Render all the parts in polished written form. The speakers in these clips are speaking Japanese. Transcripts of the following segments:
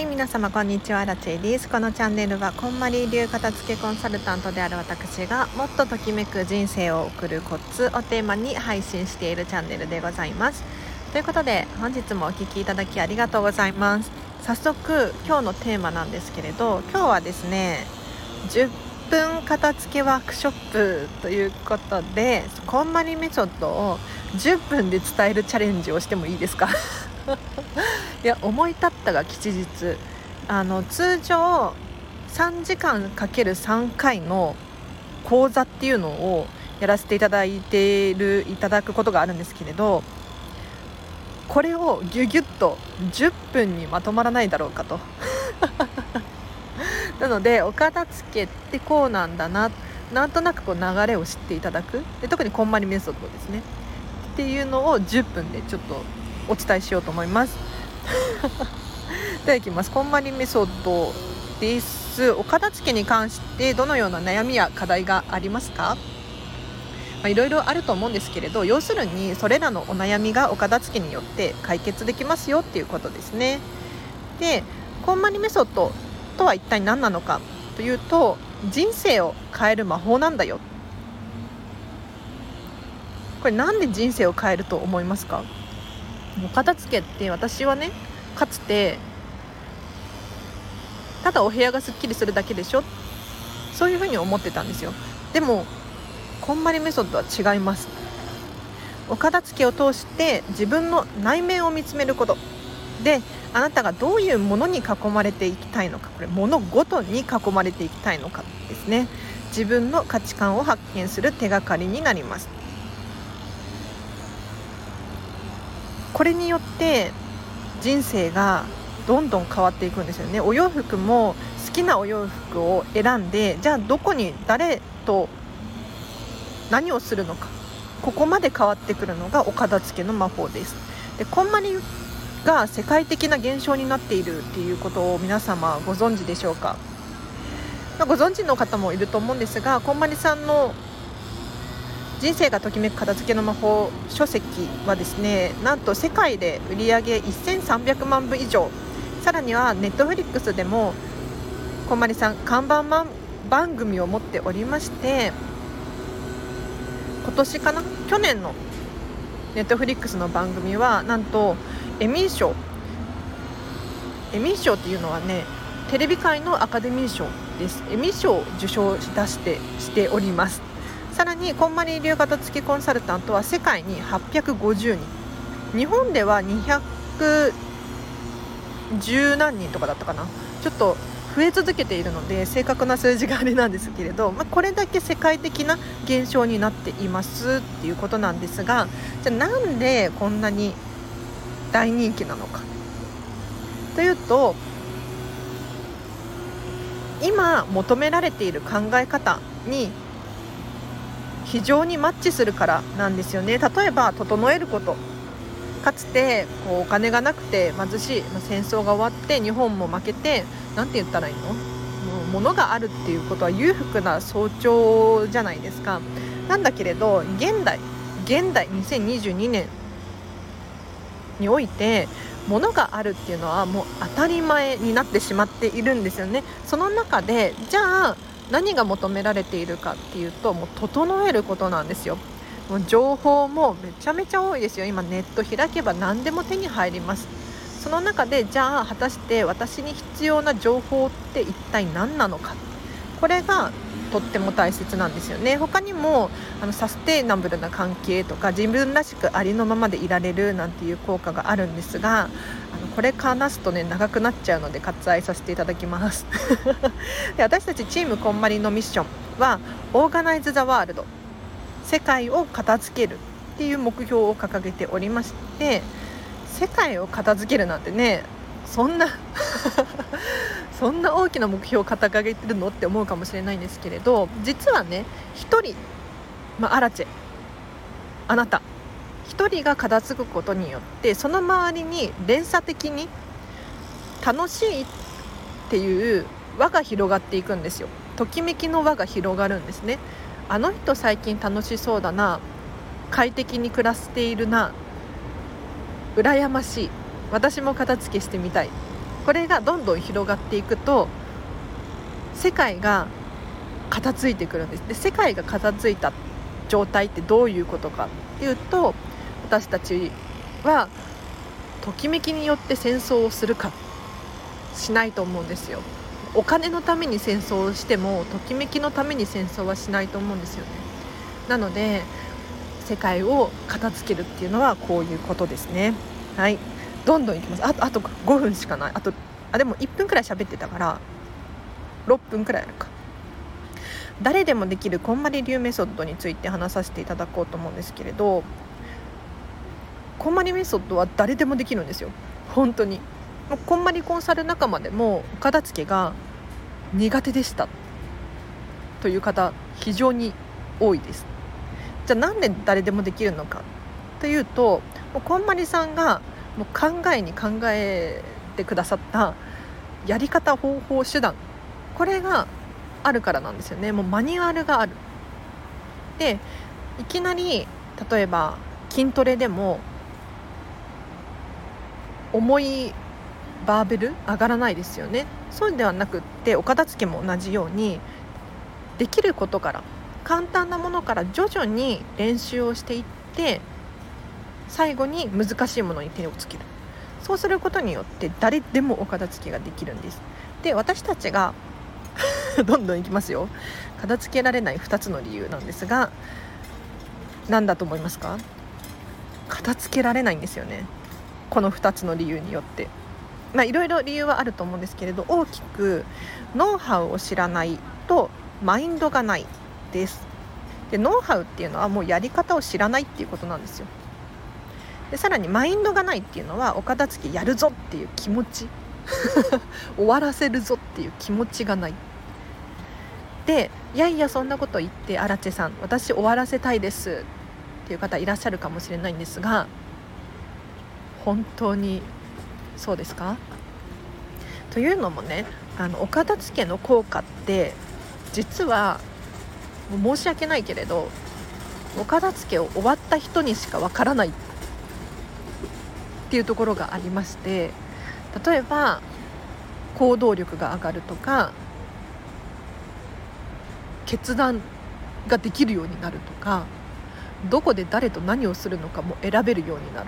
い、皆様こんにちは。ラチェです。このチャンネルはこんまり流片付けコンサルタントである私がもっとときめく人生を送るコツをテーマに配信しているチャンネルでございます。ということで本日もお聞きいただきありがとうございます。早速今日のテーマなんですけれど、今日はですね10分片付けワークショップということで、こんまりメソッドを10分で伝えるチャレンジをしてもいいですかいや、思い立ったが吉日。通常3時間かける3回の講座っていうのをやらせていただくことがあるんですけれど、これをギュギュッと10分にまとまらないだろうかとなので、お片付けってこうなんだな、なんとなくこう流れを知っていただく、で特にこんまりメソッドですねっていうのを10分でちょっとお伝えしようと思いますではいきます。こんまりメソッドです。お片付けに関してどのような悩みや課題がありますか？いろいろあると思うんですけれど、要するにそれらのお悩みがお片付けによって解決できますよっていうことですね。で、こんまりメソッドとは一体何なのかというと、人生を変える魔法なんだよ。これなんで人生を変えると思いますか？お片付けって私はね、かつてただお部屋がすっきりするだけでしょ、そういうふうに思ってたんですよ。でもこんまりメソッドは違います。お片付けを通して自分の内面を見つめることで、あなたがどういうものに囲まれていきたいのか、これ物ごとに囲まれていきたいのかですね。自分の価値観を発見する手がかりになります。これによって人生がどんどん変わっていくんですよね。お洋服も好きなお洋服を選んで、じゃあどこに誰と何をするのか、ここまで変わってくるのがお片付けの魔法です。で、こんまりが世界的な現象になっているっていうことを皆様ご存知でしょうか？ご存知の方もいると思うんですが、こんまりさんの人生がときめく片付けの魔法書籍はですね、なんと世界で売上1300万部以上、さらにはネットフリックスでもこんまりさん看板番組を持っておりまして、去年のネットフリックスの番組はなんとエミー賞っていうのはね、テレビ界のアカデミー賞です。エミー賞を受賞しております。さらにこんまり流片付けコンサルタントは世界に850人、日本では210何人とかだったかな、ちょっと増え続けているので正確な数字があれなんですけれど、これだけ世界的な現象になっていますっていうことなんですが、じゃあなんでこんなに大人気なのかというと、今求められている考え方に非常にマッチするからなんですよね。例えば整えること、かつてお金がなくて貧しい、戦争が終わって日本も負けて、なんて言ったらいいの、もう物があるっていうことは裕福な象徴じゃないですか。なんだけれど現代2022年において物があるっていうのはもう当たり前になってしまっているんですよね。その中でじゃあ何が求められているかっていうと、もう整えることなんですよ。もう情報もめちゃめちゃ多いですよ。今ネット開けば何でも手に入ります。その中でじゃあ果たして私に必要な情報って一体何なのか、これがとっても大切なんですよね。他にもサステイナブルな関係とか自分らしくありのままでいられるなんていう効果があるんですが、これ話すとね長くなっちゃうので割愛させていただきますで、私たちチームこんまりのミッションはオーガナイズ・ザ・ワールド、世界を片付けるっていう目標を掲げておりまして、世界を片付けるなんてね、そんな大きな目標を掲げてるのって思うかもしれないんですけれど、実はね、一人、アラチェ、あなた一人が片付くことによって、その周りに連鎖的に楽しいっていう輪が広がっていくんですよ。ときめきの輪が広がるんですね。あの人最近楽しそうだな、快適に暮らしているな、羨ましい、私も片付けしてみたいっこれがどんどん広がっていくと世界が片付いてくるんです。で世界が片付いた状態ってどういうことかっていうと、私たちはときめきによって戦争をするかしないと思うんですよ。お金のために戦争をしてもときめきのために戦争はしないと思うんですよね。なので世界を片付けるっていうのはこういうことですね。はい、どんどんいきます。あと5分しかない。でも1分くらい喋ってたから6分くらいあるか。誰でもできるこんまり流メソッドについて話させていただこうと思うんですけれど、こんまりメソッドは誰でもできるんですよ。本当にこんまりコンサル仲間でもお片付けが苦手でしたという方非常に多いです。じゃあなんで誰でもできるのかというと、こんまりさんがもう考えてくださったやり方、方法、手段、これがあるからなんですよね。もうマニュアルがある。でいきなり例えば筋トレでも重いバーベル上がらないですよね。そうではなくってお片付けも同じようにできることから、簡単なものから徐々に練習をしていって最後に難しいものに手をつける。そうすることによって誰でもお片付けができるんです。で私たちがどんどんいきますよ。片付けられない2つの理由なんですが、何だと思いますか？片付けられないんですよね。この2つの理由によって、いろいろ理由はあると思うんですけれど、大きくノウハウを知らないとマインドがないです。でノウハウっていうのはもうやり方を知らないっていうことなんですよ。でさらにマインドがないっていうのはお片付けやるぞっていう気持ち終わらせるぞっていう気持ちがない。でいやそんなこと言ってアラチェさん私終わらせたいですっていう方いらっしゃるかもしれないんですが、本当にそうですか？というのもね、お片付けの効果って実は申し訳ないけれどお片付けを終わった人にしかわからないっていうところがありまして、例えば行動力が上がるとか決断ができるようになるとか、どこで誰と何をするのかも選べるようになる。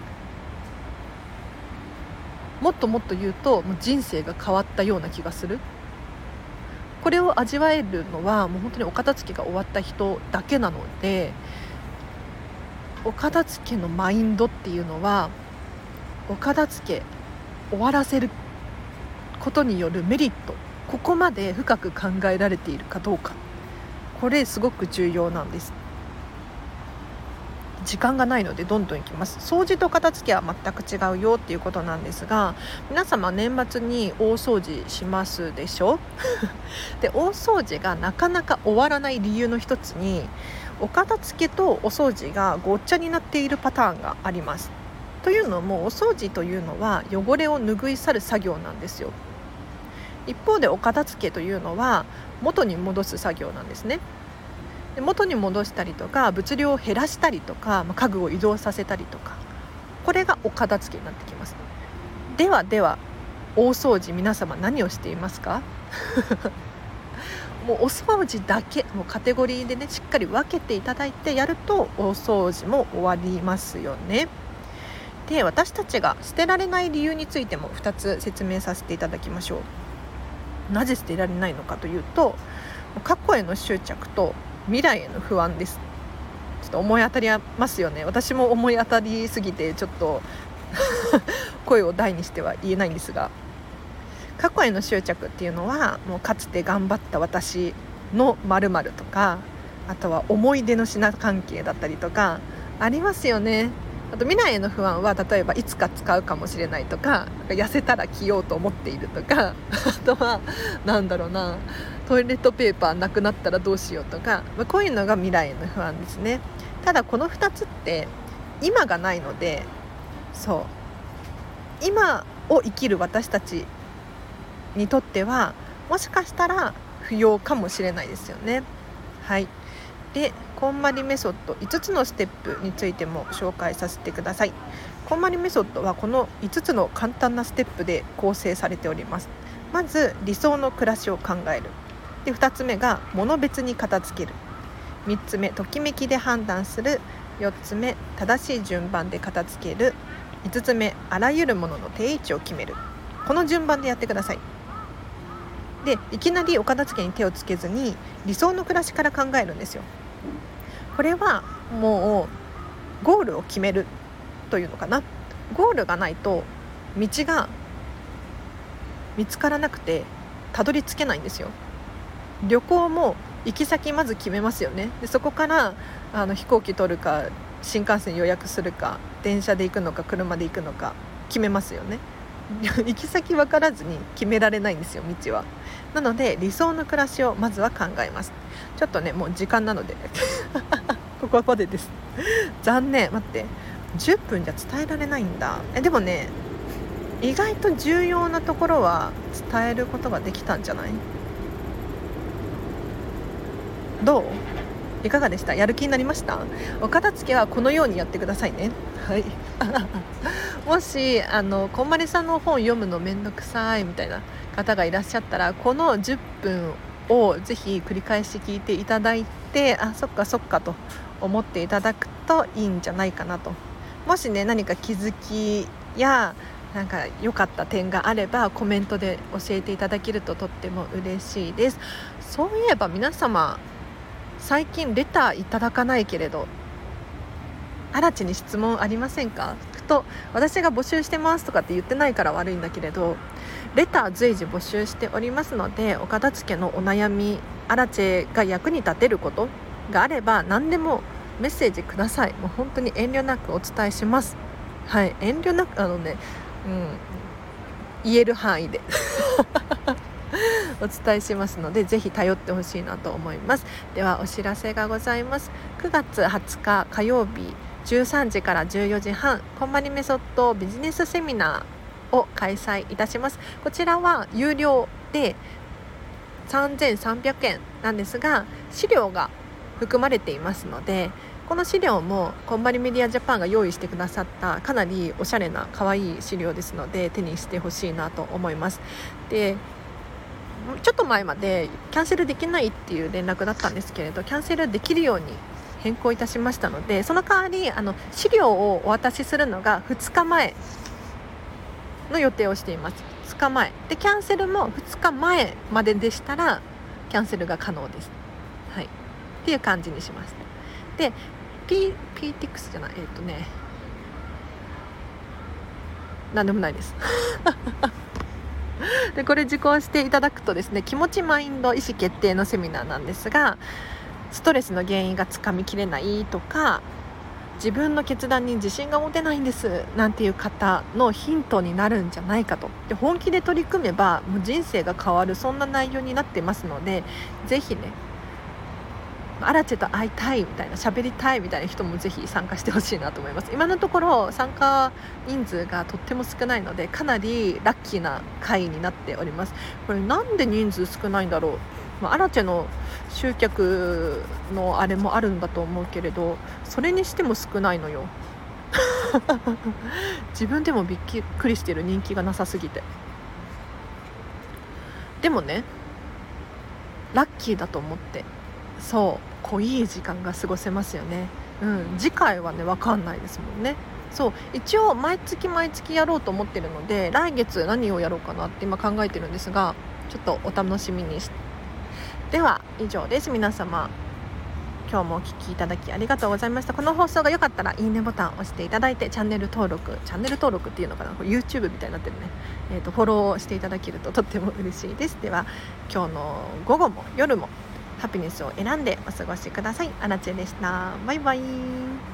もっと言うともう人生が変わったような気がする。これを味わえるのはもう本当にお片付けが終わった人だけなので、お片付けのマインドっていうのはお片付け終わらせることによるメリット、ここまで深く考えられているかどうか、これすごく重要なんです。時間がないのでどんどんいきます。掃除と片付けは全く違うよっていうことなんですが、皆様年末に大掃除しますでしょで大掃除がなかなか終わらない理由の一つにお片付けとお掃除がごっちゃになっているパターンがあります。というのもお掃除というのは汚れを拭い去る作業なんですよ。一方でお片付けというのは元に戻す作業なんですね。で元に戻したりとか物量を減らしたりとか、家具を移動させたりとか、これがお片付けになってきます。では大掃除皆様何をしていますかもうお掃除だけ、もうカテゴリーでねしっかり分けていただいてやるとお掃除も終わりますよね。で私たちが捨てられない理由についても2つ説明させていただきましょう。なぜ捨てられないのかというと、過去への執着と未来への不安です。ちょっと思い当たりますよね。私も思い当たりすぎてちょっと声を大にしては言えないんですが、過去への執着っていうのはもうかつて頑張った私の〇〇とか、あとは思い出の品関係だったりとかありますよね。あと未来への不安は例えばいつか使うかもしれないとか、痩せたら着ようと思っているとか、あとはトイレットペーパーなくなったらどうしようとか、こういうのが未来への不安ですね。ただこの2つって今がないので、そう今を生きる私たちにとってはもしかしたら不要かもしれないですよね。はい。でこんまりメソッド5つのステップについても紹介させてください。こんまりメソッドはこの5つの簡単なステップで構成されております。まず理想の暮らしを考える。で、2つ目が物別に片付ける。3つ目ときめきで判断する。4つ目正しい順番で片付ける。5つ目あらゆるものの定位置を決める。この順番でやってください。で、いきなりお片付けに手をつけずに理想の暮らしから考えるんですよ。これはもうゴールを決めるというのかな。ゴールがないと道が見つからなくてたどり着けないんですよ。旅行も行き先まず決めますよね。で、そこから飛行機取るか新幹線予約するか電車で行くのか車で行くのか決めますよね。行き先分からずに決められないんですよ、道は。なので理想の暮らしをまずは考えます。ちょっとねもう時間なのでここまでです。残念。待って、10分じゃ伝えられないんだ。でもね、意外と重要なところは伝えることができたんじゃない？どう？いかがでした？やる気になりました？お片付けはこのようにやってくださいね。はいもしこんまりさんの本読むのめんどくさいみたいな方がいらっしゃったら、この10分をぜひ繰り返し聞いていただいて、そっかそっかと思っていただくといいんじゃないかなと。もしね何か気づきやなんか良かった点があればコメントで教えていただけるととっても嬉しいです。そういえば皆様最近レターいただかないけれど、あらちに質問ありませんか？と私が募集してますとかって言ってないから悪いんだけれど、レター随時募集しておりますので、お片付けのお悩み、あらちが役に立てることがあれば何でもメッセージください。もう本当に遠慮なくお伝えします。はい、遠慮なく言える範囲でお伝えしますので、ぜひ頼ってほしいなと思います。ではお知らせがございます。9月20日火曜日13時から14時半、こんまりメソッドビジネスセミナーを開催いたします。こちらは有料で3300円なんですが、資料が含まれていますので、この資料もこんまりメディアジャパンが用意してくださったかなりおしゃれな可愛い資料ですので、手にしてほしいなと思います。で、ちょっと前までキャンセルできないっていう連絡だったんですけれど、キャンセルできるように変更いたしましたので、その代わり資料をお渡しするのが2日前の予定をしています。2日前で、キャンセルも2日前まででしたらキャンセルが可能です。はい、っていう感じにします。で、PTX じゃない、なんでもないですで、これ受講していただくとですね、気持ちマインド意思決定のセミナーなんですが、ストレスの原因がつかみきれないとか、自分の決断に自信が持てないんですなんていう方のヒントになるんじゃないかと。で、本気で取り組めばもう人生が変わる、そんな内容になってますので、ぜひね、アラチェと会いたいみたいな、喋りたいみたいな人もぜひ参加してほしいなと思います。今のところ参加人数がとっても少ないので、かなりラッキーな会になっております。これなんで人数少ないんだろう。アラチェの集客のあれもあるんだと思うけれど、それにしても少ないのよ自分でもびっくりしてる、人気がなさすぎて。でもね、ラッキーだと思って、そう濃い時間が過ごせますよね。次回はね分かんないですもんね。そう一応毎月やろうと思ってるので、来月何をやろうかなって今考えてるんですが、ちょっとお楽しみにして。では以上です。皆様今日もお聞きいただきありがとうございました。この放送が良かったらいいねボタンを押していただいて、チャンネル登録っていうのかな、YouTube みたいになってるね、フォローしていただけるととっても嬉しいです。では今日の午後も夜もハピネスを選んでお過ごしください。アラチェでした。バイバイ。